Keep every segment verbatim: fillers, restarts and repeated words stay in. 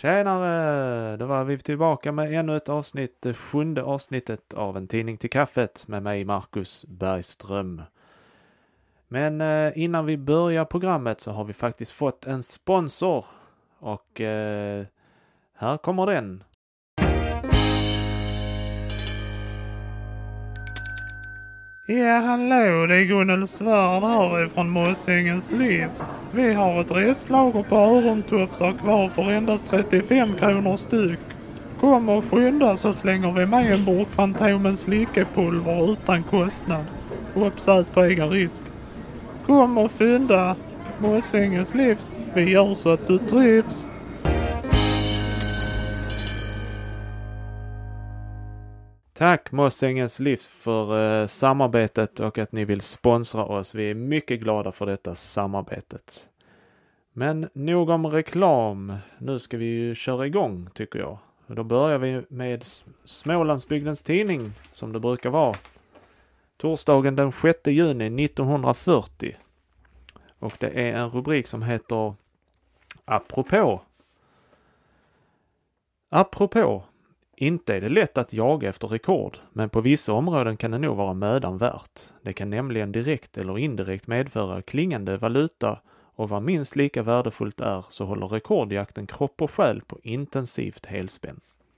Tjenare! Då var vi tillbaka med ännu ett avsnitt, det sjunde avsnittet av En tidning till kaffet med mig Marcus Bergström. Men eh, innan vi börjar programmet så har vi faktiskt fått en sponsor och eh, här kommer den. Ja, hallå, det är Gunnel Svärd här från Mossängens Livs. Vi har ett restlager på örontopsar kvar för endast trettiofem kronor styck. Kom och skynda så slänger vi med en burk Fantomens likepulver utan kostnad. Uppsatt på egen risk. Kom och fynda Mossängens Livs. Vi gör så att du trivs. Tack Mossängens Livs för eh, samarbetet och att ni vill sponsra oss. Vi är mycket glada för detta samarbetet. Men nog om reklam. Nu ska vi ju köra igång tycker jag. Och då börjar vi med Smålandsbygdens tidning som det brukar vara. Torsdagen den sjätte juni nittonhundrafyrtio. Och det är en rubrik som heter Apropå. Apropå. Inte är det lätt att jaga efter rekord, men på vissa områden kan det nog vara mödan värt. Det kan nämligen direkt eller indirekt medföra klingande valuta och vad minst lika värdefullt är så håller rekordjakten kropp och själ på intensivt helspänn.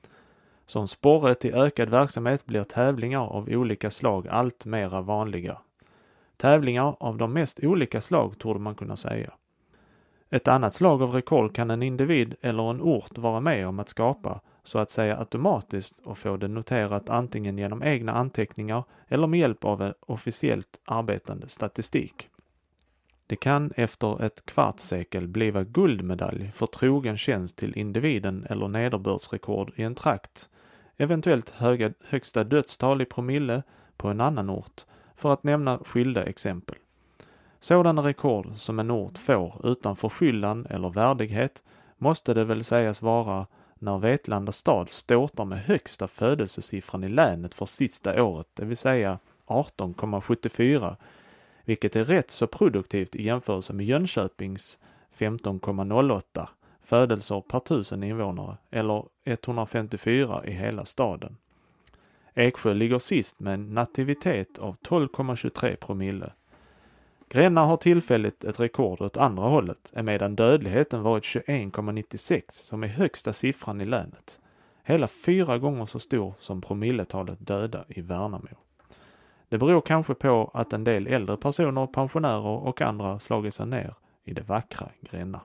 Som sporre till ökad verksamhet blir tävlingar av olika slag allt mera vanliga. Tävlingar av de mest olika slag torde man kunna säga. Ett annat slag av rekord kan en individ eller en ort vara med om att skapa så att säga automatiskt och få det noterat antingen genom egna anteckningar eller med hjälp av en officiellt arbetande statistik. Det kan efter ett kvartssekel bliva guldmedalj för trogen tjänst till individen eller nederbördsrekord i en trakt, eventuellt höga, högsta dödstal i promille på en annan ort, för att nämna skilda exempel. Sådana rekord som en ort får utan förskyllan eller värdighet måste det väl sägas vara när Vetlanda stad ståtar med högsta födelsesiffran i länet för sista året, det vill säga arton komma sjuttiofyra, vilket är rätt så produktivt i jämförelse med Jönköpings femton komma noll åtta födelser per tusen invånare, eller etthundrafemtiofyra i hela staden. Eksjö ligger sist med en nativitet av tolv komma tjugotre promille. Gränna har tillfälligt ett rekord åt andra hållet, emedan dödligheten varit tjugoen komma nittiosex som är högsta siffran i länet. Hela fyra gånger så stor som promilletalet döda i Värnamo. Det beror kanske på att en del äldre personer, pensionärer och andra slagit sig ner i det vackra Gränna.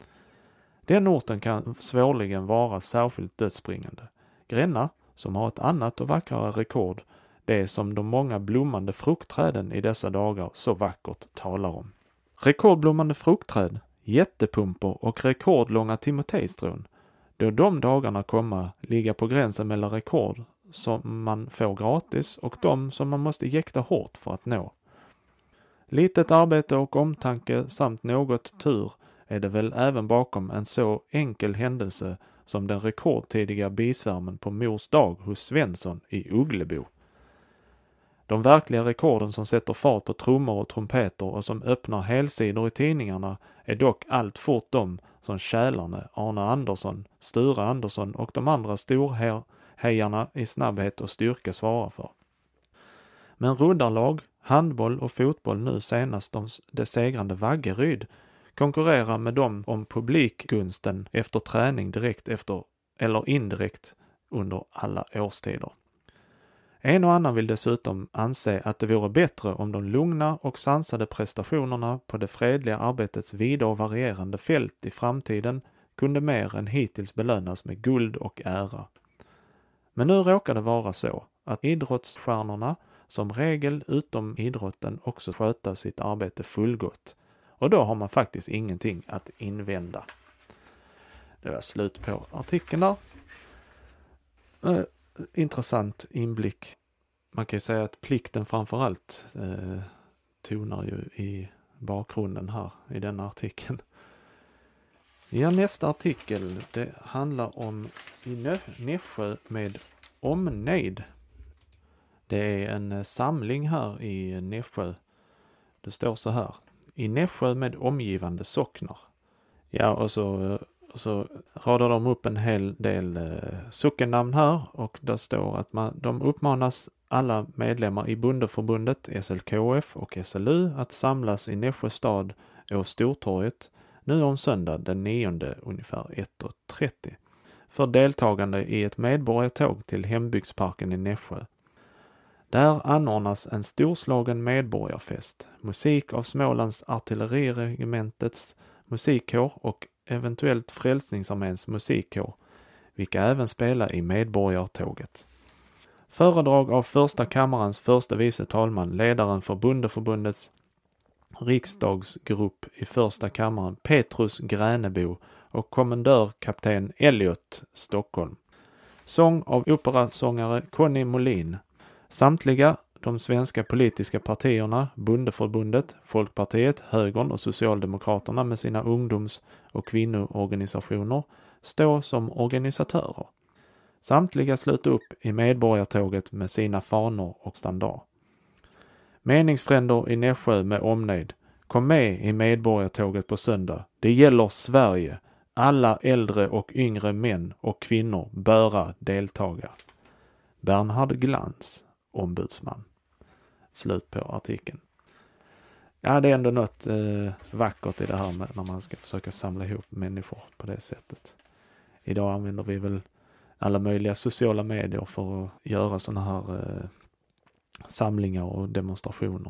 Den orten kan svårligen vara särskilt dödsbringande. Gränna, som har ett annat och vackrare rekord, det som de många blommande fruktträden i dessa dagar så vackert talar om. Rekordblommande fruktträd, jättepumper och rekordlånga timotejstrån, då de dagarna kommer ligga på gränsen mellan rekord som man får gratis och de som man måste jäkta hårt för att nå. Litet arbete och omtanke samt något tur är det väl även bakom en så enkel händelse som den rekordtidiga bisvärmen på mors dag hos Svensson i Ugglebo. De verkliga rekorden som sätter fart på trummor och trumpeter och som öppnar helsidor i tidningarna är dock allt fort de som Kälarne, Arne Andersson, Sture Andersson och de andra storhejarna i snabbhet och styrka svarar för. Men ruddarlag, handboll och fotboll nu senast om det segrande Vaggeryd konkurrerar med dem om publikgunsten efter träning direkt efter eller indirekt under alla årstider. En och annan vill dessutom anse att det vore bättre om de lugna och sansade prestationerna på det fredliga arbetets vida och varierande fält i framtiden kunde mer än hittills belönas med guld och ära. Men nu råkar det vara så att idrottsstjärnorna som regel utom idrotten också sköter sitt arbete fullgott. Och då har man faktiskt ingenting att invända. Det var slut på artikeln där. Eh, intressant inblick. Man kan ju säga att plikten framförallt eh, tonar ju i bakgrunden här i denna artikeln. Ja, nästa artikel det handlar om i Nässjö med omnejd. Det är en samling här i Nässjö. Det står så här. I Nässjö med omgivande socknar. Ja, och så så radar de upp en hel del eh, sockennamn här och där står att man, de uppmanas alla medlemmar i bondeförbundet S L K F och S L U att samlas i Nässjö stad och Stortorget nu om söndag den nionde ungefär ett och trettio för deltagande i ett medborgartåg till hembygdsparken i Nässjö. Där anordnas en storslagen medborgarfest, musik av Smålands artilleriregementets musikkår och eventuellt Frälsningsarméns musikkår, vilka även spelar i medborgartåget. Föredrag av första kammarens första vice talman, ledaren för bondeförbundets riksdagsgrupp i första kammaren, Petrus Gränebo och kommendör kapten Elliot, Stockholm. Sång av operasångare Conny Molin. Samtliga de svenska politiska partierna, bondeförbundet, Folkpartiet, Högern och Socialdemokraterna med sina ungdoms- och kvinnoorganisationer står som organisatörer. Samtliga sluter upp i medborgartåget med sina fanor och standard. Meningsfränder i Nässjö med omnejd, kom med i medborgartåget på söndag. Det gäller Sverige. Alla äldre och yngre män och kvinnor böra deltaga. Bernhard Glans, ombudsman. Slut på artikeln. Ja, det är ändå något eh, vackert i det här med när man ska försöka samla ihop människor på det sättet. Idag använder vi väl alla möjliga sociala medier för att göra sådana här eh, samlingar och demonstrationer.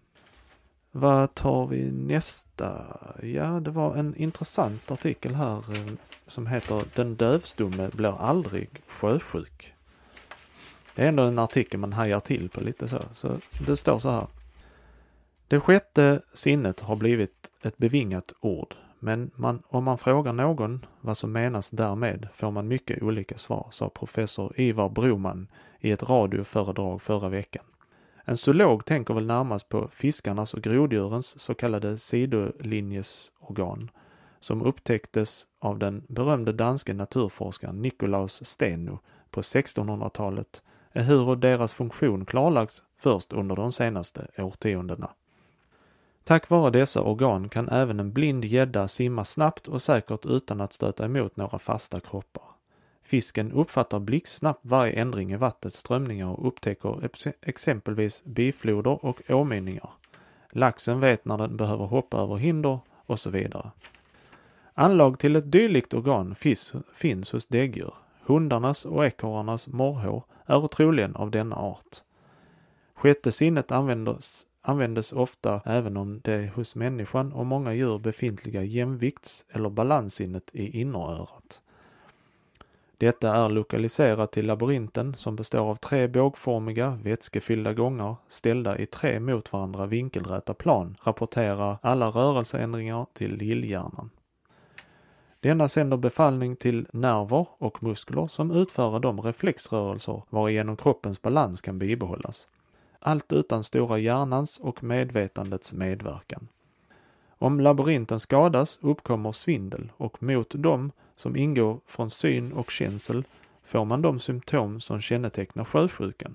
Vad tar vi nästa? Ja, det var en intressant artikel här eh, som heter Den dövstumme blir aldrig sjösjuk. Det är ändå en artikel man hajar till på lite så. Så det står så här. Det sjätte sinnet har blivit ett bevingat ord. Men man, om man frågar någon vad som menas därmed får man mycket olika svar, sa professor Ivar Broman i ett radioföredrag förra veckan. En zoolog tänker väl närmast på fiskarnas och groddjurens så kallade sidolinjesorgan som upptäcktes av den berömde danske naturforskaren Nicolaus Steno på sextonhundratalet, ehuru deras funktion klarlagts först under de senaste årtiondena. Tack vare dessa organ kan även en blind gädda simma snabbt och säkert utan att stöta emot några fasta kroppar. Fisken uppfattar blixtsnabbt varje ändring i vattnets strömningar och upptäcker exempelvis bifloder och åmynningar. Laxen vet när den behöver hoppa över hinder och så vidare. Anlag till ett dylikt organ finns hos däggdjur. Hundarnas och ekorrarnas morrhår är troligen av denna art. Sjätte sinnet användes, användes ofta även om det hos människan och många djur befintliga jämvikts- eller balanssinnet i innerörat. Detta är lokaliserat till labyrinten som består av tre bågformiga, vätskefyllda gångar ställda i tre mot varandra vinkelräta plan, rapporterar alla rörelseändringar till lillhjärnan. Denna sänder befallning till nerver och muskler som utför de reflexrörelser varigenom kroppens balans kan bibehållas. Allt utan stora hjärnans och medvetandets medverkan. Om labyrinten skadas uppkommer svindel och mot dem som ingår från syn och känsel får man de symptom som kännetecknar sjösjukan.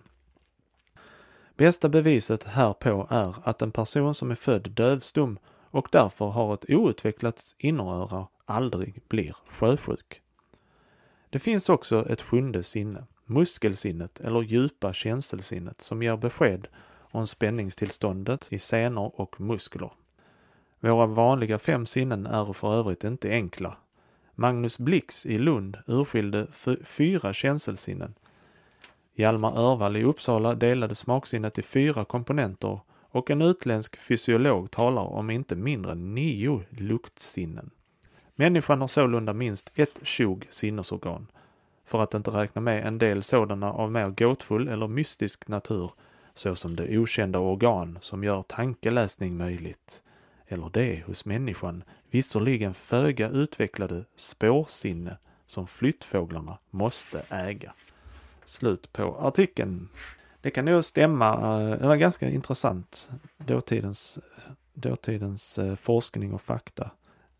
Bästa beviset härpå är att en person som är född dövstum och därför har ett outvecklat inneröra aldrig blir sjösjuk. Det finns också ett sjunde sinne, muskelsinnet eller djupa känselsinnet som ger besked om spänningstillståndet i senor och muskler. Våra vanliga fem sinnen är för övrigt inte enkla. Magnus Blix i Lund urskilde f- fyra känselsinnen. Hjalmar Örvall i Uppsala delade smaksinnet i fyra komponenter och en utländsk fysiolog talar om inte mindre än nio luktsinnen. Människan har sålunda minst ett tjugo sinnesorgan, för att inte räkna med en del sådana av mer gåtfull eller mystisk natur, såsom det okända organ som gör tankeläsning möjligt, eller det hos människan visserligen föga utvecklade spårsinne som flyttfåglarna måste äga. Slut på artikeln. Det kan nog stämma, det var ganska intressant, dåtidens, dåtidens forskning och fakta.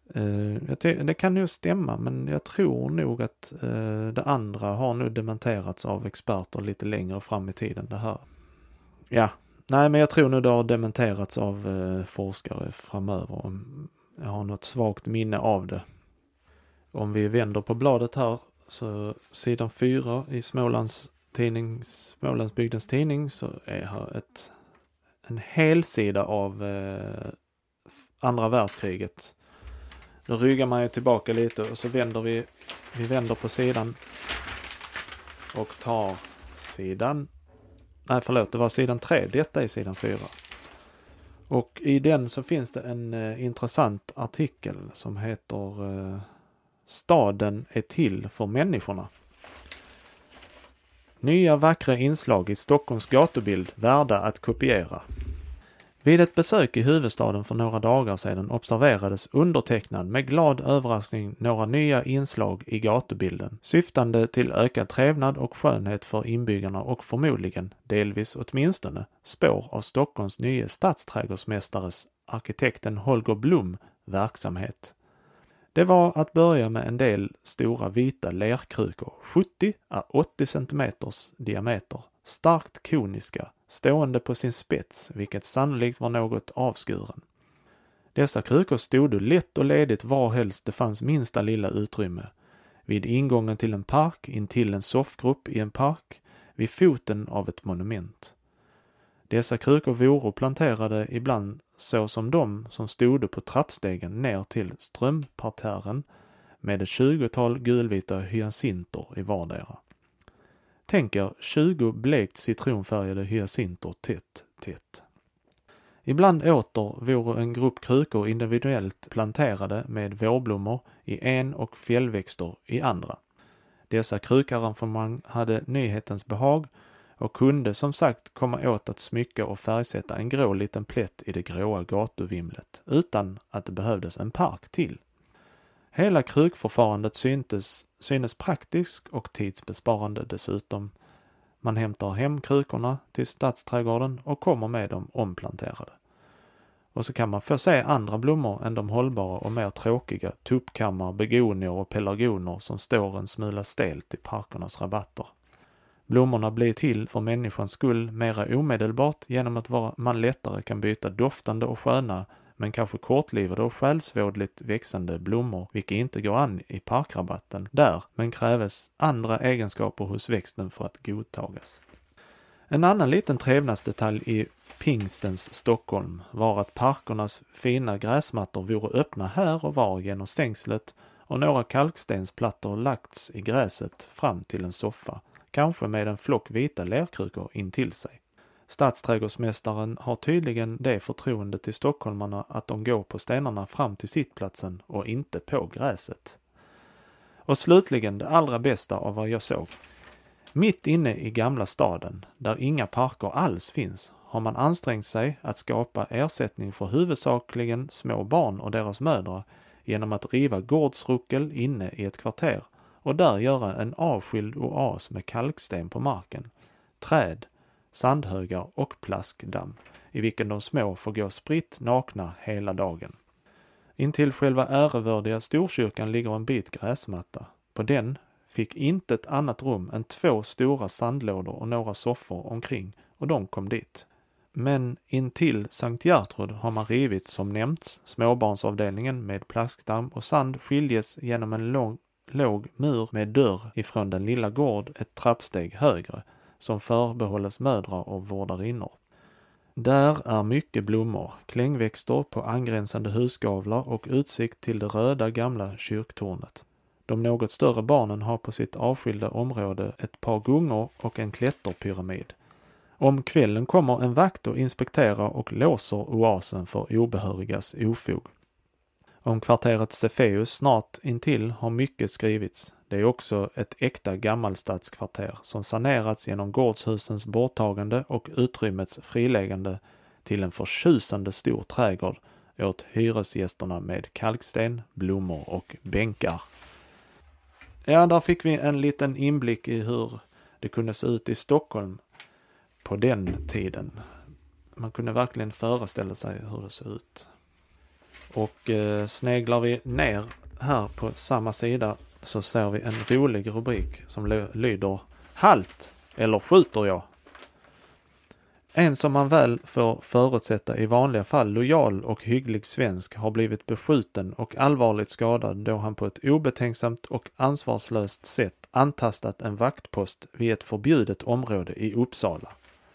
Det kan nog stämma, men jag tror nog att det andra har nu dementerats av experter lite längre fram i tiden det här. Ja, nej men jag tror nu det har dementerats av forskare framöver. Jag har något svagt minne av det. Om vi vänder på bladet här, så sidan fyra i Smålands tidning, Smålandsbygdens tidning, så är här ett, en hel sida av eh, andra världskriget. Då ryggar man ju tillbaka lite och så vänder vi, vi vänder på sidan och tar sidan, nej förlåt, det var sidan tre, detta är sidan fyra. Och i den så finns det en eh, intressant artikel som heter eh, Staden är till för människorna. Nya vackra inslag i Stockholms gatubild värda att kopiera. Vid ett besök i huvudstaden för några dagar sedan observerades undertecknad med glad överraskning några nya inslag i gatubilden, syftande till ökad trevnad och skönhet för inbyggarna och förmodligen, delvis åtminstone, spår av Stockholms nya stadsträdgårdsmästares, arkitekten Holger Blom, verksamhet. Det var att börja med en del stora vita lerkrukor, sjuttio till åttio centimeters diameter, starkt koniska, stående på sin spets, vilket sannolikt var något avskuren. Dessa krukor stod lätt och ledigt varhelst det fanns minsta lilla utrymme. Vid ingången till en park, intill en soffgrupp i en park, vid foten av ett monument. Dessa krukor vore planterade ibland så som de som stod på trappstegen ner till strömparterren med ett tjugotal gulvita hyacinter i vardera. Tänk er tjugo blekt citronfärgade hyacinter tätt, tätt. Ibland åter vore en grupp krukor individuellt planterade med vårblommor i en och fjällväxter i andra. Dessa krukarrangemang hade nyhetens behag och kunde som sagt komma åt att smycka och färgsätta en grå liten plätt i det gråa gatuvimlet utan att det behövdes en park till. Hela krukförfarandet syntes, synes praktiskt och tidsbesparande dessutom. Man hämtar hem krukorna till stadsträdgården och kommer med dem omplanterade. Och så kan man få se andra blommor än de hållbara och mer tråkiga tuppkammar, begonier och pelargoner som står en smula stelt i parkernas rabatter. Blommorna blir till för människans skull mera omedelbart genom att vara, man lättare kan byta doftande och sköna men kanske kortlivade och själsvådligt växande blommor, vilka inte går an i parkrabatten där, men kräves andra egenskaper hos växten för att godtagas. En annan liten trevnadsdetalj i pingstens Stockholm var att parkernas fina gräsmattor vore öppna här och var genom stängslet och några kalkstensplattor lagts i gräset fram till en soffa, kanske med en flock vita lerkrukor in till sig. Stadsträdgårdsmästaren har tydligen det förtroende till stockholmarna att de går på stenarna fram till sittplatsen och inte på gräset. Och slutligen det allra bästa av vad jag såg. Mitt inne i gamla staden, där inga parker alls finns, har man ansträngt sig att skapa ersättning för huvudsakligen små barn och deras mödrar genom att riva gårdsruckel inne i ett kvarter och där göra en avskild oas med kalksten på marken, träd, sandhögar och plaskdamm, i vilken de små får gå spritt nakna hela dagen. Intill själva ärevördiga storkyrkan ligger en bit gräsmatta. På den fick inte ett annat rum än två stora sandlådor och några soffor omkring, och de kom dit. Men intill Sankt Gertrud har man rivit, som nämnts, småbarnsavdelningen med plaskdamm och sand skiljes genom en lång, låg mur med dörr ifrån den lilla gård ett trappsteg högre, som förbehålles mödrar och vårdarinnor. Där är mycket blommor, klängväxter på angränsande husgavlar och utsikt till det röda gamla kyrktornet. De något större barnen har på sitt avskilda område ett par gungor och en klätterpyramid. Om kvällen kommer en vakt och inspekterar och låser oasen för obehörigas ofog. Om kvarteret Cefeus snart intill har mycket skrivits. Det är också ett äkta gammalstadskvarter som sanerats genom gårdshusens borttagande och utrymmets friläggande till en förtjusande stor trädgård åt hyresgästerna med kalksten, blommor och bänkar. Ja, där fick vi en liten inblick i hur det kunde se ut i Stockholm på den tiden. Man kunde verkligen föreställa sig hur det ser ut. Och eh, sneglar vi ner här på samma sida så ser vi en rolig rubrik som lyder Halt, eller skjuter jag? En som man väl får förutsätta i vanliga fall lojal och hygglig svensk har blivit beskjuten och allvarligt skadad då han på ett obetänksamt och ansvarslöst sätt antastat en vaktpost vid ett förbjudet område i Uppsala.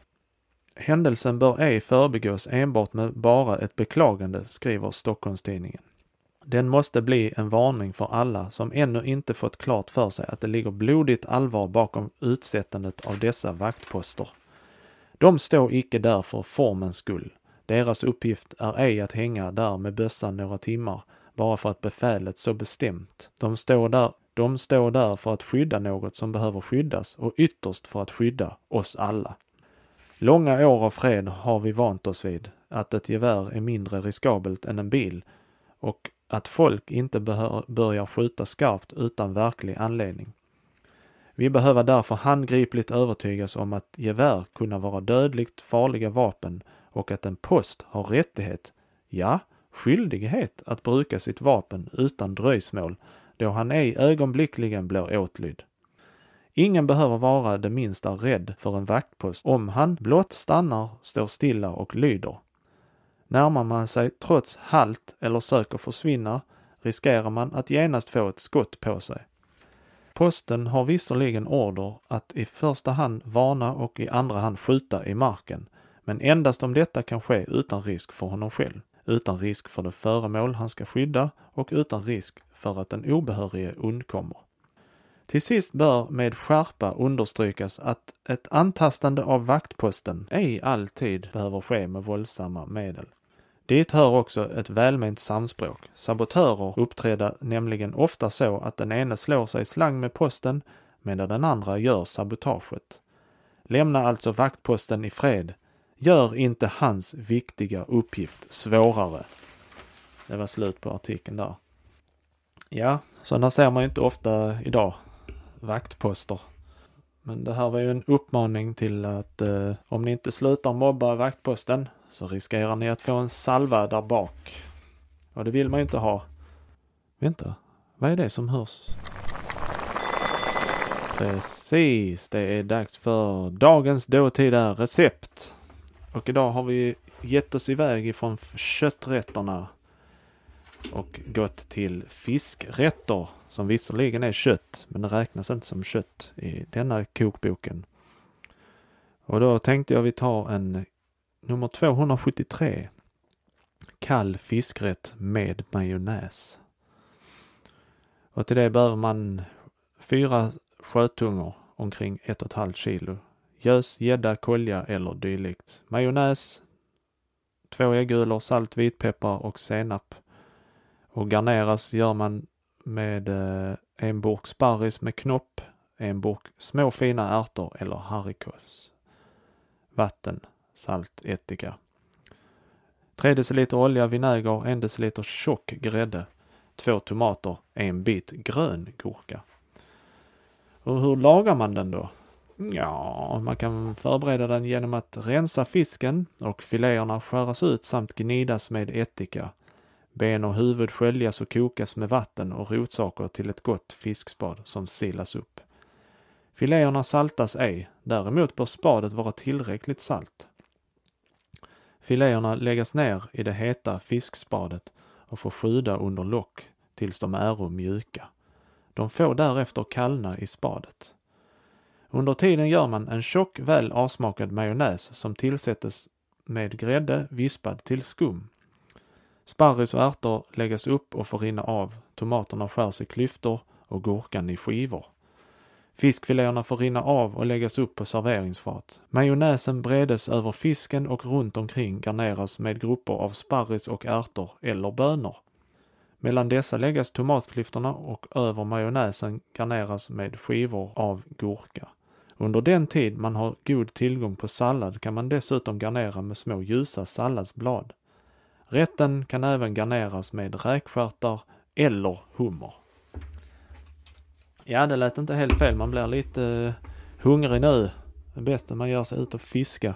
Händelsen bör ej förbigås enbart med bara ett beklagande, skriver Stockholmstidningen. Den måste bli en varning för alla som ännu inte fått klart för sig att det ligger blodigt allvar bakom utsättandet av dessa vaktposter. De står icke där för formens skull. Deras uppgift är ej att hänga där med bössan några timmar, bara för att befälet så bestämt. De står där, de står där för att skydda något som behöver skyddas och ytterst för att skydda oss alla. Långa år av fred har vi vant oss vid att ett gevär är mindre riskabelt än en bil och att folk inte behör, börjar skjuta skarpt utan verklig anledning. Vi behöver därför handgripligt övertygas om att gevär kunna vara dödligt farliga vapen och att en post har rättighet, ja, skyldighet att bruka sitt vapen utan dröjsmål då han ej ögonblickligen blir åtlydd. Ingen behöver vara det minsta rädd för en vaktpost om han blott stannar, står stilla och lyder. Närmar man sig trots halt eller söker försvinna riskerar man att genast få ett skott på sig. Posten har visserligen order att i första hand varna och i andra hand skjuta i marken, men endast om detta kan ske utan risk för honom själv, utan risk för det föremål han ska skydda och utan risk för att den obehörige undkommer. Till sist bör med skärpa understrykas att ett antastande av vaktposten ej alltid behöver ske med våldsamma medel. Dit hör också ett välment samspråk. Sabotörer uppträder nämligen ofta så att den ene slår sig slang med posten medan den andra gör sabotaget. Lämna alltså vaktposten i fred. Gör inte hans viktiga uppgift svårare. Det var slut på artikeln där. Ja, sådana ser man ju inte ofta idag. Vaktposter. Men det här var ju en uppmaning till att eh, om ni inte slutar mobba vaktposten så riskerar ni att få en salva där bak. Och det vill man ju inte ha. Vänta, vad är det som hörs? Precis, det är dags för dagens dåtida recept. Och idag har vi gett oss iväg ifrån kötträtterna och gått till fiskrätter som visserligen är kött, men det räknas inte som kött i denna kokboken. Och då tänkte jag vi tar en nummer tvåhundrasjuttiotre, kall fiskrätt med majonnäs. Och till det behöver man fyra sjötungor, omkring ett och ett halvt kilo. Gös, gädda, kolja eller dylikt. Majonnäs, två äggulor, salt, vitpeppar och senap. Och garneras gör man med eh, en burk sparris med knopp, en burk små fina ärtor eller haricots. Vatten, salt, ättika. tre deciliter olja, vinäger, en deciliter tjock grädde, två tomater, en bit grön gurka. Och hur lagar man den då? Ja, man kan förbereda den genom att rensa fisken och filéerna skäras ut samt gnidas med ättika. Ben och huvud sköljas och kokas med vatten och rotsaker till ett gott fiskspad som silas upp. Filéerna saltas ej, däremot bör spadet vara tillräckligt salt. Filéerna läggas ner i det heta fiskspadet och får sjuda under lock tills de är mjuka. De får därefter kallna i spadet. Under tiden gör man en tjock, väl avsmakad majonnäs som tillsättes med grädde vispad till skum. Sparris och ärtor läggas upp och får rinna av. Tomaterna skärs i klyftor och gurkan i skivor. Fiskfiléerna får rinna av och läggas upp på serveringsfat. Majonnäsen bredes över fisken och runt omkring garneras med grupper av sparris och ärtor eller bönor. Mellan dessa läggas tomatklyftorna och över majonnäsen garneras med skivor av gurka. Under den tid man har god tillgång på sallad kan man dessutom garnera med små ljusa salladsblad. Rätten kan även garneras med räkstjärtar eller hummer. Ja, det lät inte helt fel. Man blir lite uh, hungrig nu. Det är bäst om man gör sig ut och fiska.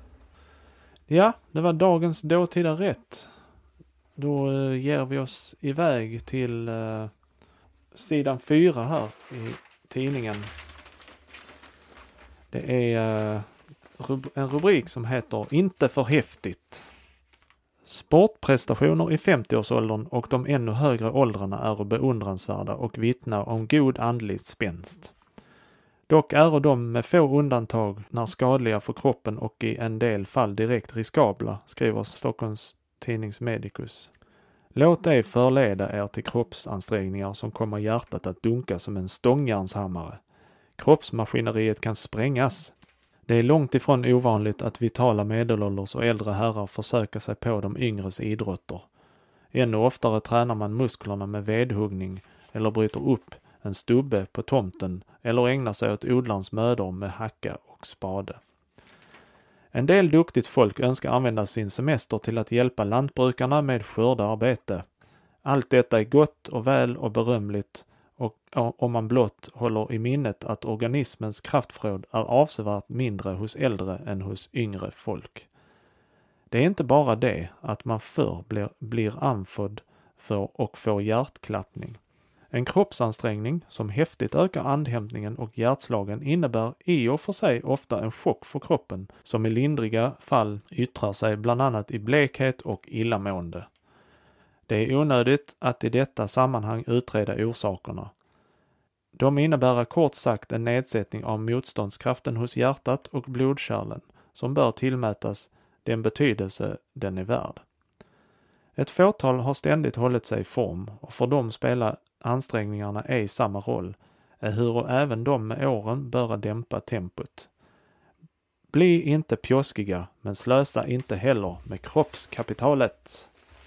Ja, det var dagens dåtida rätt. Då uh, ger vi oss iväg till uh, sidan fyra här i tidningen. Det är uh, rub- en rubrik som heter Inte för häftigt. Sportprestationer i femtioårsåldern och de ännu högre åldrarna är beundransvärda och vittnar om god andlig spänst. Dock är de med få undantag när skadliga för kroppen och i en del fall direkt riskabla, skriver Stockholms Tidnings Medicus. Låt ej förleda er till kroppsansträngningar som kommer hjärtat att dunka som en stångjärnshammare. Kroppsmaskineriet kan sprängas. Det är långt ifrån ovanligt att vitala medelålders och äldre herrar försöker sig på de yngres idrotter. Ännu oftare tränar man musklerna med vedhuggning eller bryter upp en stubbe på tomten eller ägnar sig åt odlarens mödor med hacka och spade. En del duktigt folk önskar använda sin semester till att hjälpa lantbrukarna med skördearbete. Allt detta är gott och väl och berömligt, och om man blott håller i minnet att organismens kraftförråd är avsevärt mindre hos äldre än hos yngre folk. Det är inte bara det att man förr blir, blir andfådd för och får hjärtklappning. En kroppsansträngning som häftigt ökar andhämtningen och hjärtslagen innebär i och för sig ofta en chock för kroppen som i lindriga fall yttrar sig bland annat i blekhet och illamående. Det är onödigt att i detta sammanhang utreda orsakerna. De innebär kort sagt en nedsättning av motståndskraften hos hjärtat och blodkärlen som bör tillmätas den betydelse den är värd. Ett fåtal har ständigt hållit sig i form och för dem spelar ansträngningarna ej samma roll, ehuru även de med åren bör dämpa tempot. Bli inte pjoskiga, men slösa inte heller med kroppskapitalet.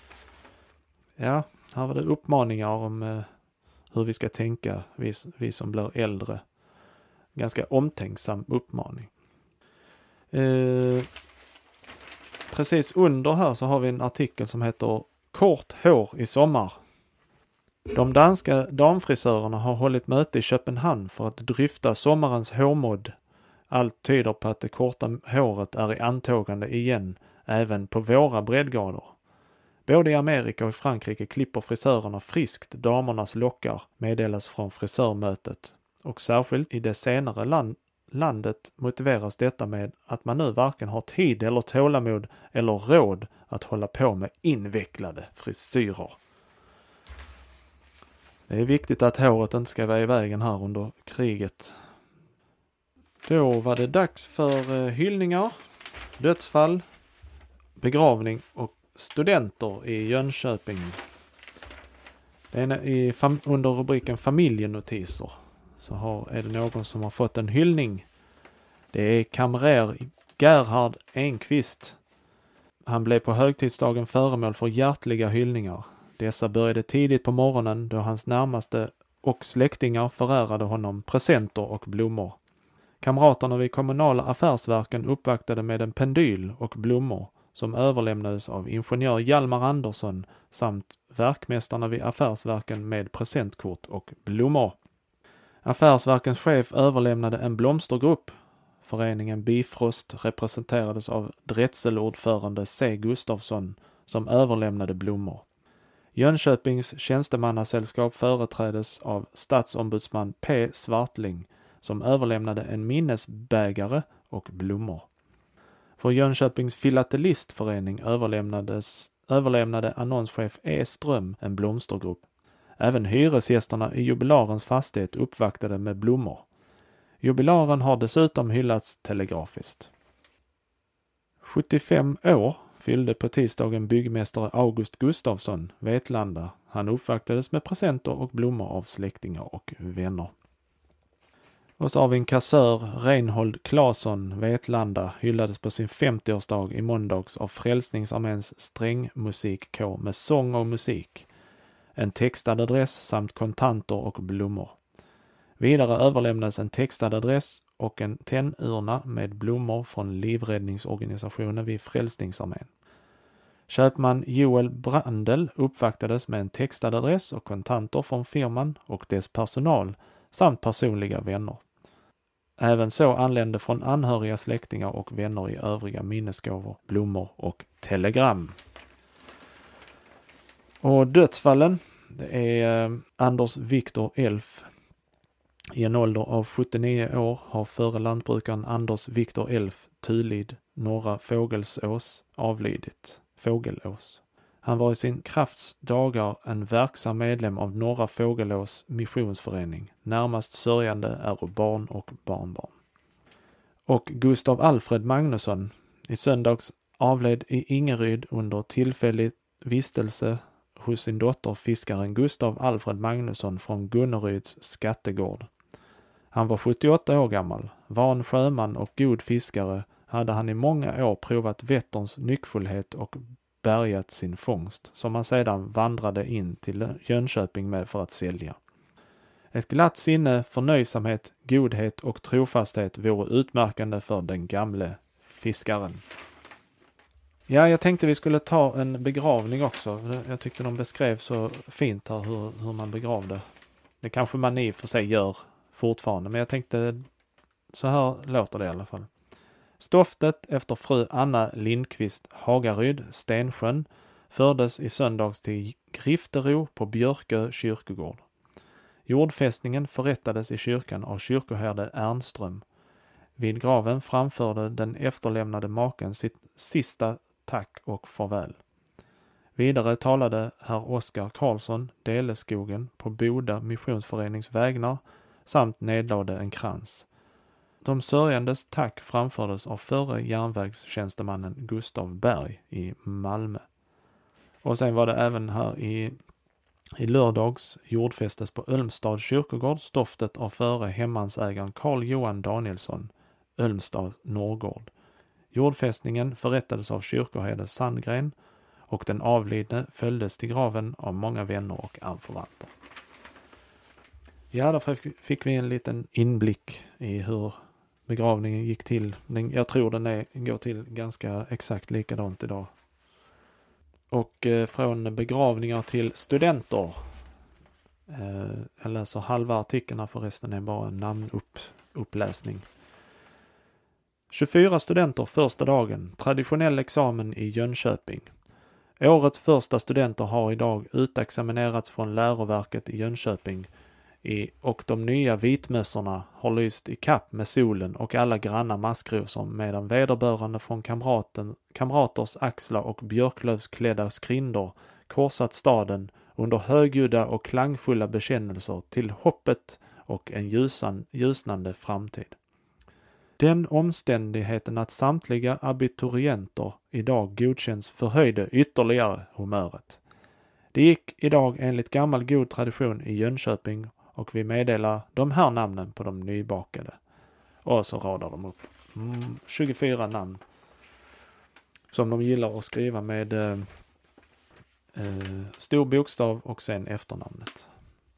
Ja, här var det uppmaningar om eh, hur vi ska tänka, vi, vi som blir äldre. Ganska omtänksam uppmaning. Eh, precis under här så har vi en artikel som heter Kort hår i sommar. De danska damfrisörerna har hållit möte i Köpenhamn för att dryfta sommarens hårmod. Allt tyder på att det korta håret är i antågande igen, även på våra breddgrader. Både i Amerika och i Frankrike klipper frisörerna friskt damernas lockar, meddelas från frisörmötet. Och särskilt i det senare land, landet motiveras detta med att man nu varken har tid eller tålamod eller råd att hålla på med invecklade frisyrer. Det är viktigt att håret inte ska vara i vägen här under kriget. Då var det dags för eh, hyllningar, dödsfall, begravning och studenter i Jönköping. Det är i fam- under rubriken familjenotiser så har, är det någon som har fått en hyllning. Det är kamrer Gerhard Enqvist. Han blev på högtidsdagen föremål för hjärtliga hyllningar. Dessa började tidigt på morgonen då hans närmaste och släktingar förärade honom presenter och blommor. Kamraterna vid kommunala affärsverken uppvaktade med en pendyl och blommor som överlämnades av ingenjör Hjalmar Andersson samt verkmästarna vid affärsverken med presentkort och blommor. Affärsverkens chef överlämnade en blomstergrupp. Föreningen Bifrost representerades av drätselordförande C. Gustafsson som överlämnade blommor. Jönköpings tjänstemannasällskap företrädes av statsombudsman P. Svartling som överlämnade en minnesbägare och blommor. För Jönköpings filatelistförening överlämnades, överlämnade annonschef E. Ström en blomstergrupp. Även hyresgästerna i jubilarens fastighet uppvaktade med blommor. Jubilaren har dessutom hyllats telegrafiskt. sjuttiofem år fyllde på tisdagen byggmästare August Gustafsson, Vetlanda. Han uppvaktades med presenter och blommor av släktingar och vänner. Och så har vi en kassör, Reinhold Claesson, Vetlanda, hyllades på sin femtioårsdag i måndags av Frälsningsarméns strängmusikkår med sång och musik. En textad adress samt kontanter och blommor. Vidare överlämnades en textad adress och en tennurna med blommor från livräddningsorganisationen vid Frälsningsarmén. Köpman Joel Brandel uppvaktades med en textad adress och kontanter från firman och dess personal samt personliga vänner. Även så anlände från anhöriga släktingar och vänner i övriga minnesgåvor, blommor och telegram. Och dödsfallen, det är eh, Anders Viktor Elf. I en ålder av sjuttionio år har före lantbrukaren Anders Viktor Elf Tulid, Norra Fågelsås, avlidit. Fågelås. Han var i sin krafts dagar en verksam medlem av Norra Fågelås missionsförening. Närmast sörjande är barn och barnbarn. Och Gustav Alfred Magnusson, i söndags avled i Ingeryd under tillfällig vistelse hos sin dotter fiskaren Gustav Alfred Magnusson från Gunneryds skattegård. Han var sjuttioåtta år gammal, van sjöman och god fiskare hade han i många år provat Vätterns nyckfullhet och bärgat sin fångst, som han sedan vandrade in till Jönköping med för att sälja. Ett glatt sinne, förnöjsamhet, godhet och trofasthet vore utmärkande för den gamle fiskaren. Ja, jag tänkte vi skulle ta en begravning också. Jag tyckte de beskrev så fint här hur, hur man begravde. Det kanske man i för sig gör fortfarande, men jag tänkte så här låter det i alla fall. Stoftet efter fru Anna Lindqvist Hagaryd, Stensjön, fördes i söndags till Griftero på Björkö kyrkogård. Jordfästningen förrättades i kyrkan av kyrkoherde Ernström. Vid graven framförde den efterlämnade maken sitt sista tack och farväl. Vidare talade herr Oskar Karlsson, Deleskogen, på Boda missionsförenings vägnar samt nedlade en krans. De sörjandes tack framfördes av förre järnvägstjänstemannen Gustav Berg i Malmö. Och sen var det även här i, i lördags jordfästes på Ölmstad kyrkogård stoftet av förre hemmansägaren Carl Johan Danielsson, Ölmstad Norrgård. Jordfästningen förrättades av kyrkoherde Sandgren och den avlidne följdes till graven av många vänner och anförvanter. Ja, då fick vi en liten inblick i hur begravningen gick till. Jag tror den är, går till ganska exakt likadant idag. Och eh, från begravningar till studenter. Eh, jag läser halva artikeln, för resten är bara en namnuppläsning. tjugofyra studenter första dagen. Traditionell examen i Jönköping. Årets första studenter har idag utexaminerats från läroverket i Jönköping i, och de nya vitmössorna har lyst i kapp med solen och alla granna maskrosor medan vederbörande från kamraten, kamraters axlar och björklövsklädda skrinder korsat staden under högljudda och klangfulla bekännelser till hoppet och en ljusan, ljusnande framtid. Den omständigheten att samtliga abiturienter idag godkänns förhöjde ytterligare humöret. Det gick idag enligt gammal god tradition i Jönköping och vi meddelar de här namnen på de nybakade. Och så radar de upp mm, tjugofyra namn som de gillar att skriva med eh, eh, stor bokstav och sen efternamnet.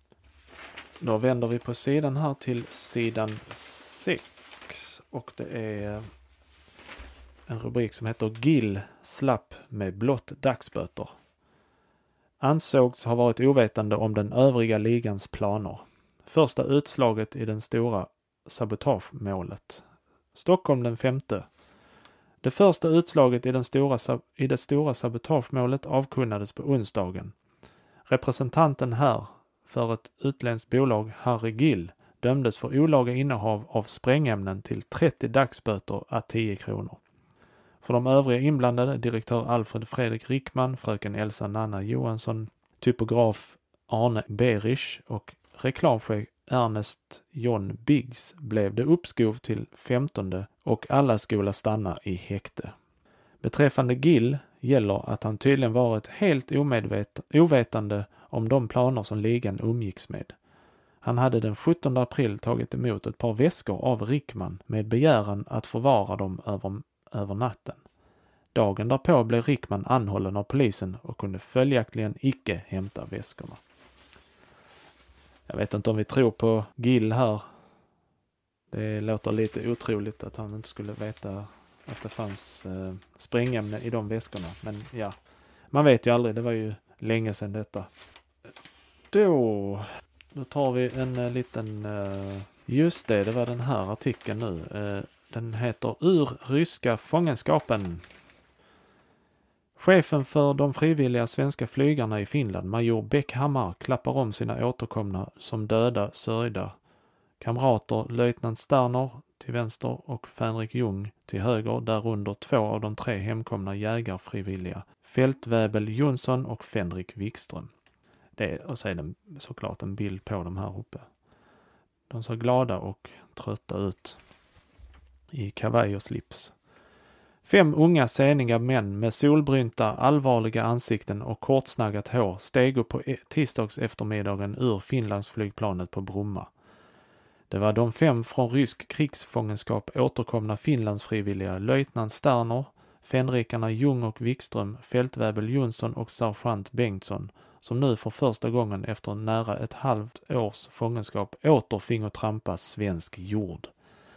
Då vänder vi på sidan här till sidan sex och det är en rubrik som heter Gill slapp med blott dagsböter. Ansågs ha varit ovetande om den övriga ligans planer. Första utslaget i den stora sabotagemålet. Stockholm den femte. Det första utslaget i, den stora, i det stora sabotagemålet avkunnades på onsdagen. Representanten här för ett utländskt bolag, Harry Gill, dömdes för olaga innehav av sprängämnen till trettio dagsböter à tio kronor. För de övriga inblandade, direktör Alfred Fredrik Rickman, fröken Elsa Nanna Johansson, typograf Arne Berich och reklamchef Ernest John Biggs, blev det uppskov till femtonde och alla skola stanna i häkte. Beträffande Gill gäller att han tydligen varit helt omedvet, ovetande om de planer som ligan umgicks med. Han hade den sjuttonde april tagit emot ett par väskor av Rickman med begäran att förvara dem över, över natten. Dagen därpå blev Rickman anhållen av polisen och kunde följaktligen icke hämta väskorna. Jag vet inte om vi tror på Gill här. Det låter lite otroligt att han inte skulle veta att det fanns eh, sprängämne i de väskorna. Men ja, man vet ju aldrig. Det var ju länge sedan detta. Då, då tar vi en eh, liten... Eh, just det, det var den här artikeln nu. Eh, den heter Ur ryska fångenskapen. Chefen för de frivilliga svenska flygarna i Finland, major Bäckhammar, klappar om sina återkomna som döda, sörjda Kamrater löjtnant Sterner till vänster och Fänrik Ljung till höger, därunder två av de tre hemkomna jägarfrivilliga, Fältväbel Jonsson och Fänrik Wikström. Det är, och så är det såklart en bild på dem här uppe. De såg glada och trötta ut i kavaj och slips. Fem unga seniga män med solbrynta, allvarliga ansikten och kortsnaggat hår steg upp på tisdags eftermiddagen ur Finlandsflygplanet på Bromma. Det var de fem från rysk krigsfångenskap återkomna Finlandsfrivilliga löjtnant Sterner, fänrikarna Ljung och Wikström, Fältväbel Jonsson och sergeant Bengtsson, som nu för första gången efter nära ett halvt års fångenskap åter fingo trampa svensk jord.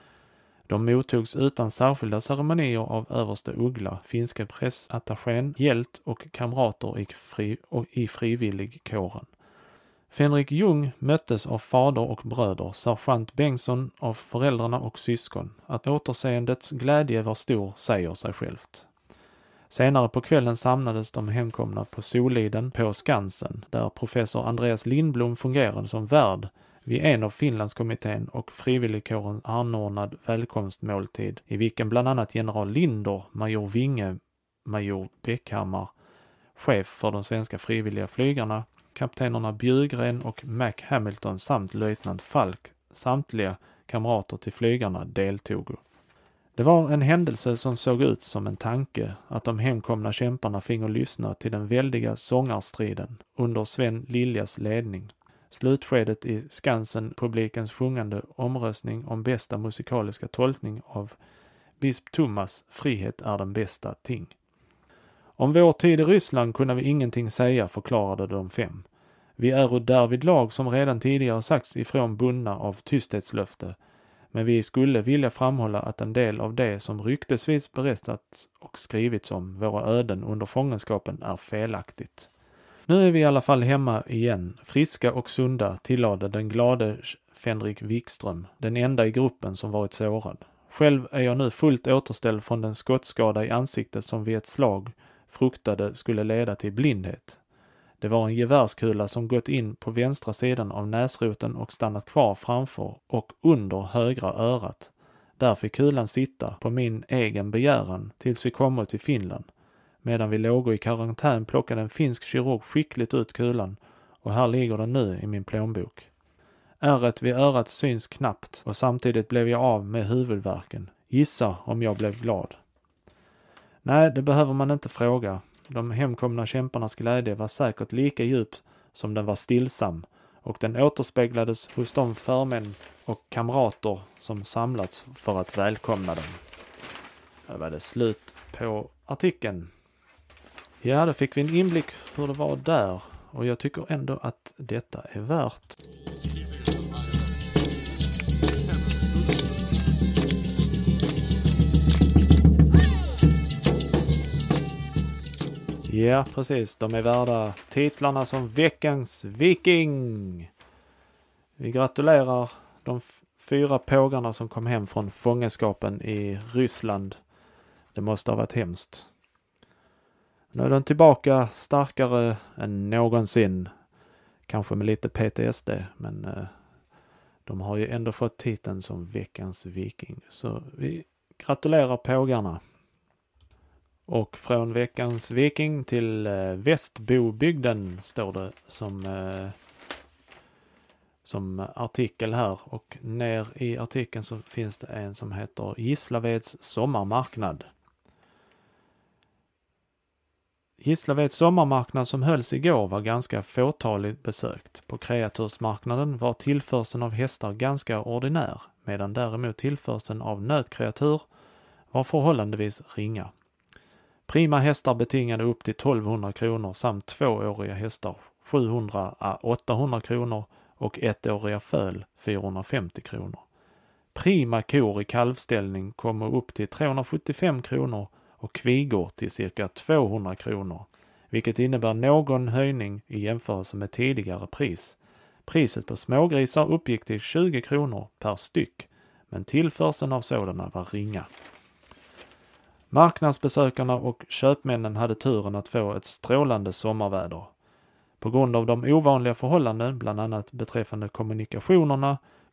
De mottogs utan särskilda ceremonier av överste Uggla, finska pressattachén, hjält och kamrater i, fri, och i frivilligkåren. Fänrik Ljung möttes av fader och bröder, sergeant Bengtsson av föräldrarna och syskon. Att återseendets glädje var stor säger sig självt. Senare på kvällen samlades de hemkomna på Soliden på Skansen, där professor Andreas Lindblom fungerade som värd vid en av Finlandskommittén och frivilligkåren anordnad välkomstmåltid, i vilken bland annat general Linder, major Vinge, major Bäckhammar, chef för de svenska frivilliga flygarna, kaptenerna Bjurgren och Mac Hamilton samt löjtnant Falk, samtliga kamrater till flygarna, deltog. Det var en händelse som såg ut som en tanke att de hemkomna kämparna fingo lyssna till den väldiga sångarstriden under Sven Liljas ledning. Slutskedet i Skansen-publikens sjungande omröstning om bästa musikaliska tolkning av bisp Thomas Frihet är den bästa ting. Om vår tid i Ryssland kunde vi ingenting säga, förklarade de fem. Vi är därvid lag som redan tidigare sagts ifrån bundna av tysthetslöfte, men vi skulle vilja framhålla att en del av det som ryktesvis berättats och skrivits om våra öden under fångenskapen är felaktigt. Nu är vi i alla fall hemma igen, friska och sunda, tillade den glade Fänrik Wikström, den enda i gruppen som varit sårad. Själv är jag nu fullt återställd från den skottskada i ansiktet som vid ett slag fruktade skulle leda till blindhet. Det var en gevärskula som gått in på vänstra sidan av näsroten och stannat kvar framför och under högra örat. Där fick kulan sitta på min egen begäran tills vi kom till Finland. Medan vi låg i karantän plockade en finsk kirurg skickligt ut kulan och här ligger den nu i min plånbok. Ärret vid örat syns knappt och samtidigt blev jag av med huvudvärken. Gissa om jag blev glad. Nej, det behöver man inte fråga. De hemkomna kämparnas glädje var säkert lika djup som den var stillsam och den återspeglades hos de förmän och kamrater som samlats för att välkomna dem. Det var det slut på artikeln. Ja, då fick vi en inblick hur det var där och jag tycker ändå att detta är värt. Ja, precis. De är värda titlarna som Veckans Viking. Vi gratulerar de f- fyra pågarna som kom hem från fångenskapen i Ryssland. Det måste ha varit hemskt. Nu är de tillbaka starkare än någonsin. Kanske med lite P T S D, men eh, de har ju ändå fått titeln som Veckans Viking. Så vi gratulerar pågarna. Och från Veckans Viking till eh, Västbobygden står det som, eh, som artikel här. Och ner i artikeln så finns det en som heter Gislaveds sommarmarknad. Gislaveds sommarmarknad som hölls igår var ganska fåtaligt besökt. På kreatursmarknaden var tillförseln av hästar ganska ordinär, medan däremot tillförseln av nötkreatur var förhållandevis ringa. Prima hästar betingade upp till tolvhundra kronor samt tvååriga hästar sjuhundra till åttahundra kronor och ettåriga föl fyrahundrafemtio kronor. Prima kor i kalvställning kommer upp till trehundrasjuttiofem kronor och kvigor till cirka tvåhundra kronor, vilket innebär någon höjning i jämförelse med tidigare pris. Priset på smågrisar uppgick till tjugo kronor per styck, men tillförseln av sådana var ringa. Marknadsbesökarna och köpmännen hade turen att få ett strålande sommarväder. På grund av de ovanliga förhållanden, bland annat beträffande kommunikationerna,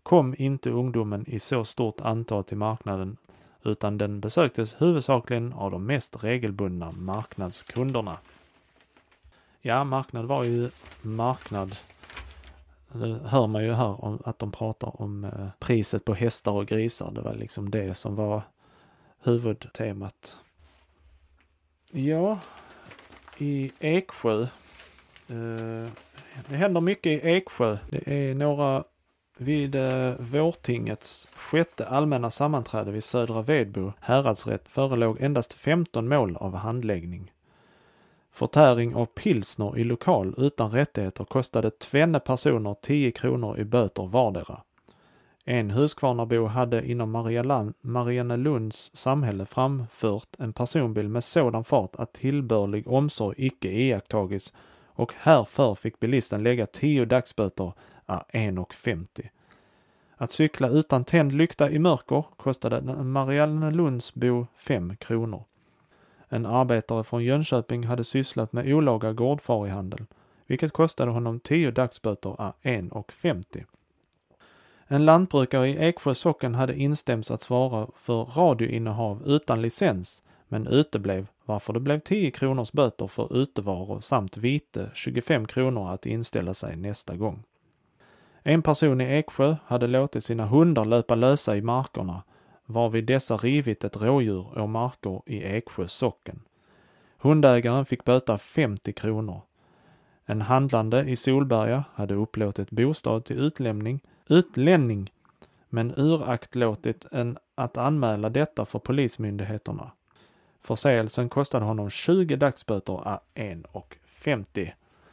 kom inte ungdomen i så stort antal till marknaden, utan den besöktes huvudsakligen av de mest regelbundna marknadskunderna. Ja, marknad var ju marknad. Det hör man ju här om att de pratar om eh, priset på hästar och grisar. Det var liksom det som var huvudtemat. Ja, i Eksjö. Eh, det händer mycket i Eksjö. Det är några vid eh, vårtingets sjätte allmänna sammanträde vid Södra Vedbo häradsrätt förelåg endast femton mål av handläggning. Förtäring av pilsner i lokal utan rättigheter kostade tvenne personer tio kronor i böter vardera. En Huskvarnabo hade inom Mariannelunds samhälle framfört en personbil med sådan fart att tillbörlig omsorg icke iakttagits, och härför fick bilisten lägga tio dagsböter à en krona femtio. Att cykla utan tänd lykta i mörker kostade en Mariannelundsbo fem kronor. En arbetare från Jönköping hade sysslat med olaga gårdfarihandel, vilket kostade honom tio dagsböter à en krona femtio. En lantbrukare i Eksjö socken hade instämts att svara för radioinnehav utan licens, men uteblev, varför det blev tio kronors böter för utevaro samt vite tjugofem kronor att inställa sig nästa gång. En person i Eksjö hade låtit sina hundar löpa lösa i markerna, varvid dessa rivit ett rådjur och marker i Eksjö socken. Hundägaren fick böta femtio kronor. En handlande i Solberga hade upplåtit bostad till utlämning, utlänning, men uraktlåtit en att anmäla detta för polismyndigheterna. Förseelsen kostade honom tjugo dagsböter à en krona femtio.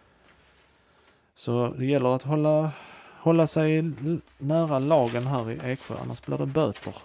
Så det gäller att hålla, hålla sig nära lagen här i Eksjö, annars blir det böter.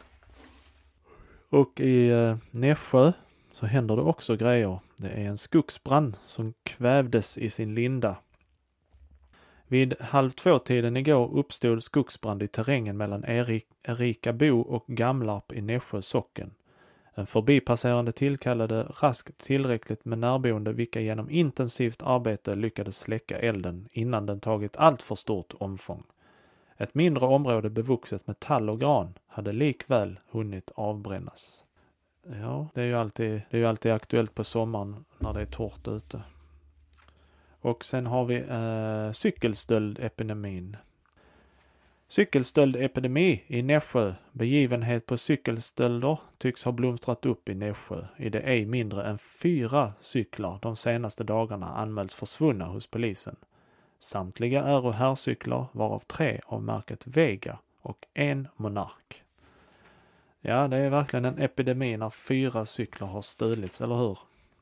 Och i eh, Nässjö så händer det också grejer. Det är en skogsbrand som kvävdes i sin linda. Vid halv två-tiden igår uppstod skogsbrand i terrängen mellan Erik, Erika Bo och Gamlarp i Nässjö socken. En förbipasserande tillkallade raskt tillräckligt med närboende, vilka genom intensivt arbete lyckades släcka elden innan den tagit allt för stort omfång. Ett mindre område bevuxet med tall och gran hade likväl hunnit avbrännas. Ja, det är ju alltid, det är ju alltid aktuellt på sommaren när det är torrt ute. Och sen har vi eh, cykelstöld-epidemin. Cykelstöld-epidemi i Nässjö. Begivenhet på cykelstölder tycks ha blomstrat upp i Nässjö. I det ej mindre än fyra cyklar de senaste dagarna anmälts försvunna hos polisen. Samtliga är och herrcyklar, varav tre av märket Vega och en Monark. Ja, det är verkligen en epidemi när fyra cyklar har stulits, eller hur?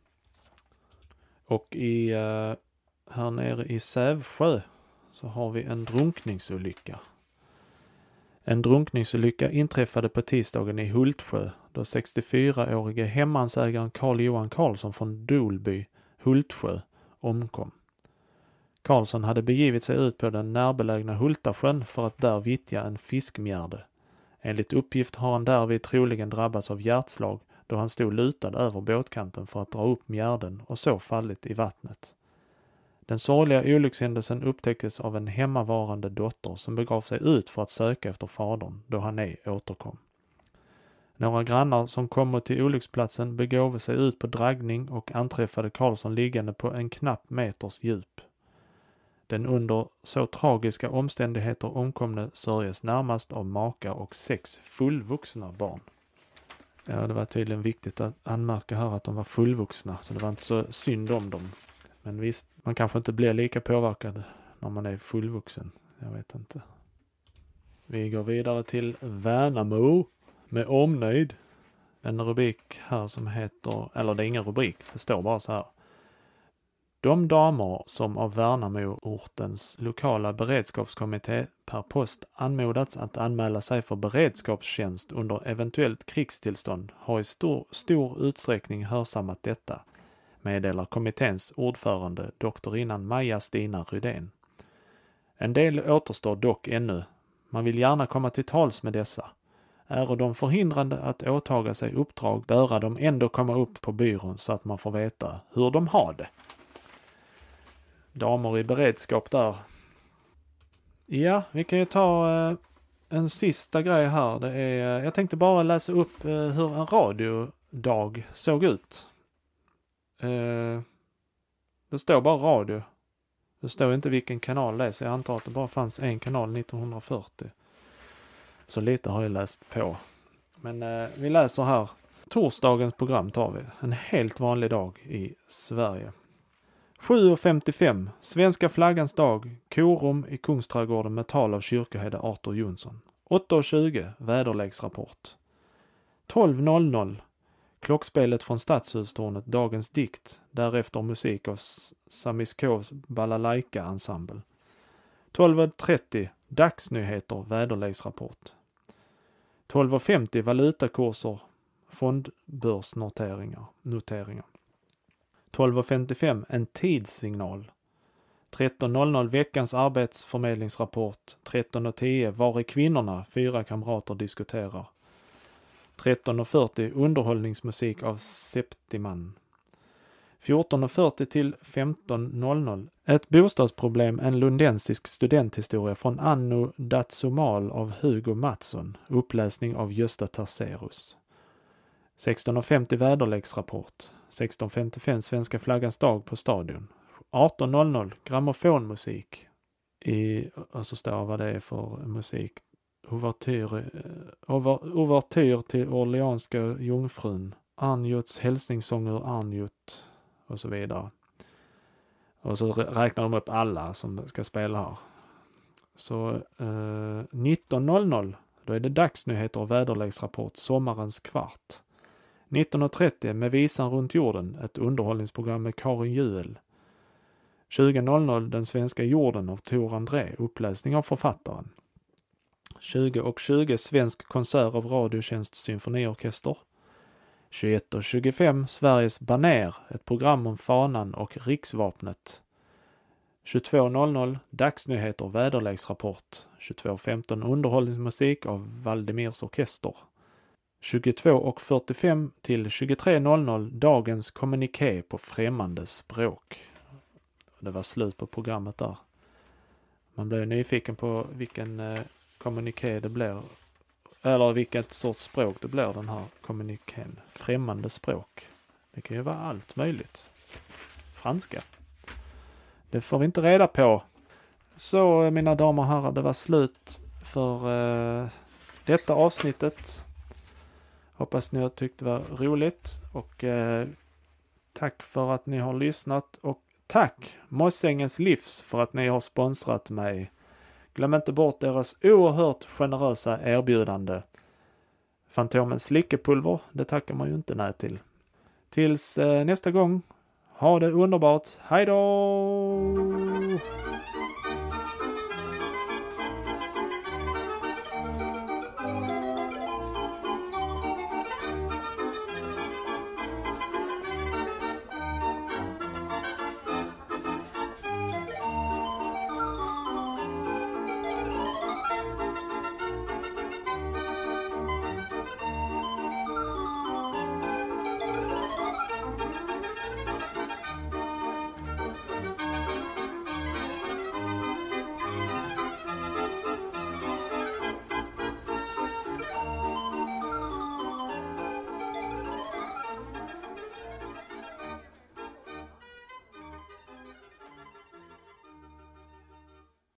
Och i eh, här nere i Sävsjö så har vi en drunkningsolycka. En drunkningsolycka inträffade på tisdagen i Hultsjö då sextiofyraårige hemmansägaren Carl Johan Karlsson från Dolby, Hultsjö, omkom. Karlsson hade begivit sig ut på den närbelägna Hultasjön för att där vittja en fiskmjärde. Enligt uppgift har han därvid troligen drabbats av hjärtslag då han stod lutad över båtkanten för att dra upp mjärden och så fallit i vattnet. Den sorgliga olyckshändelsen upptäcktes av en hemmavarande dotter som begav sig ut för att söka efter fadern då han ej återkom. Några grannar som kom till olycksplatsen begav sig ut på dragning och anträffade Karlsson liggande på en knapp meters djup. Den under så tragiska omständigheter omkomne sörjes närmast av maka och sex fullvuxna barn. Ja, det var tydligen viktigt att anmärka här att de var fullvuxna, så det var inte så synd om dem. Men visst, man kanske inte blir lika påverkad när man är fullvuxen. Jag vet inte. Vi går vidare till Värnamo med omnöjd. En rubrik här som heter, eller det är ingen rubrik, det står bara så här. De damer som av Värnamo-ortens lokala beredskapskommitté per post anmodats att anmäla sig för beredskapstjänst under eventuellt krigstillstånd har i stor, stor utsträckning hörsammat detta, meddelar kommitténs ordförande doktorinnan Maja Stina Rydén. En del återstår dock ännu. Man vill gärna komma till tals med dessa. Är de förhindrande att åtaga sig uppdrag bör de ändå komma upp på byrån så att man får veta hur de har det. Damer i beredskap där. Ja, vi kan ju ta eh, en sista grej här. Det är, jag tänkte bara läsa upp eh, hur en radiodag såg ut. Eh, det står bara radio. Det står inte vilken kanal det är, så jag antar att det bara fanns en kanal nittonhundrafyrtio. Så lite har jag läst på. Men eh, vi läser här. Torsdagens program tar vi. En helt vanlig dag i Sverige. sju och femtiofem. Svenska flaggans dag. Korum i Kungsträdgården med tal av kyrkoherde Arthur Jonsson. åtta och tjugo. Väderleksrapport. tolv noll noll. Klockspelet från Stadshustornet, Dagens dikt. Därefter musik av Samiskovs balalaika-ensemble. tolv trettio. Dagsnyheter, väderleksrapport. tolv femtio. Valutakurser, fondbörsnoteringar. Noteringar. tolv femtiofem. En tidssignal. tretton noll noll. Veckans arbetsförmedlingsrapport. tretton tio. Var är kvinnorna? Fyra kamrater diskuterar. tretton fyrtio. Underhållningsmusik av Septiman. fjorton fyrtio till femton noll noll. Ett bostadsproblem, en lundensisk studenthistoria från Anno Datsumal av Hugo Mattsson. Uppläsning av Gösta Terserus. sexton femtio. Väderleksrapport. sexton femtiofem. Svenska flaggans dag på stadion. arton noll noll. Grammofonmusik. I, och så står vad det är för musik. Ouvertyr, ouvertyr till Orleanska jungfrun. Arnjuts hälsningssång ur Arnjut. Och så vidare. Och så räknar de upp alla som ska spela här. Så eh, nitton noll noll. Då är det dagsnyheter och väderleksrapport. Sommarens kvart. nitton trettio. Med visan runt jorden. Ett underhållningsprogram med Karin Juel. tjugo noll noll. Den svenska jorden av Tor André. Uppläsning av författaren. tjugo och tjugo. Svensk konsert av Radiotjänst symfoniorkester. tjugoett och tjugofem. Sveriges baner. Ett program om fanan och riksvapnet. tjugotvå noll noll. Dagsnyheter och väderleksrapport. tjugotvå femton. Underhållningsmusik av Valdemirs orkester. tjugotvå och fyrtiofem till tjugotre noll noll. Dagens kommuniké på främmande språk. Det var slut på programmet där. Man blev nyfiken på vilken eh, kommuniké det blir. Eller vilket sorts språk det blir, den här kommunikén. Främmande språk. Det kan ju vara allt möjligt. Franska. Det får vi inte reda på. Så mina damer och herrar, det var slut för uh, detta avsnittet. Hoppas ni har tyckt det var roligt. Och uh, tack för att ni har lyssnat. Och tack Mossängens Livs för att ni har sponsrat mig. Glöm inte bort deras oerhört generösa erbjudande. Fantomens slickepulver, det tackar man ju inte nej till. Tills eh, nästa gång, ha det underbart. Hej då!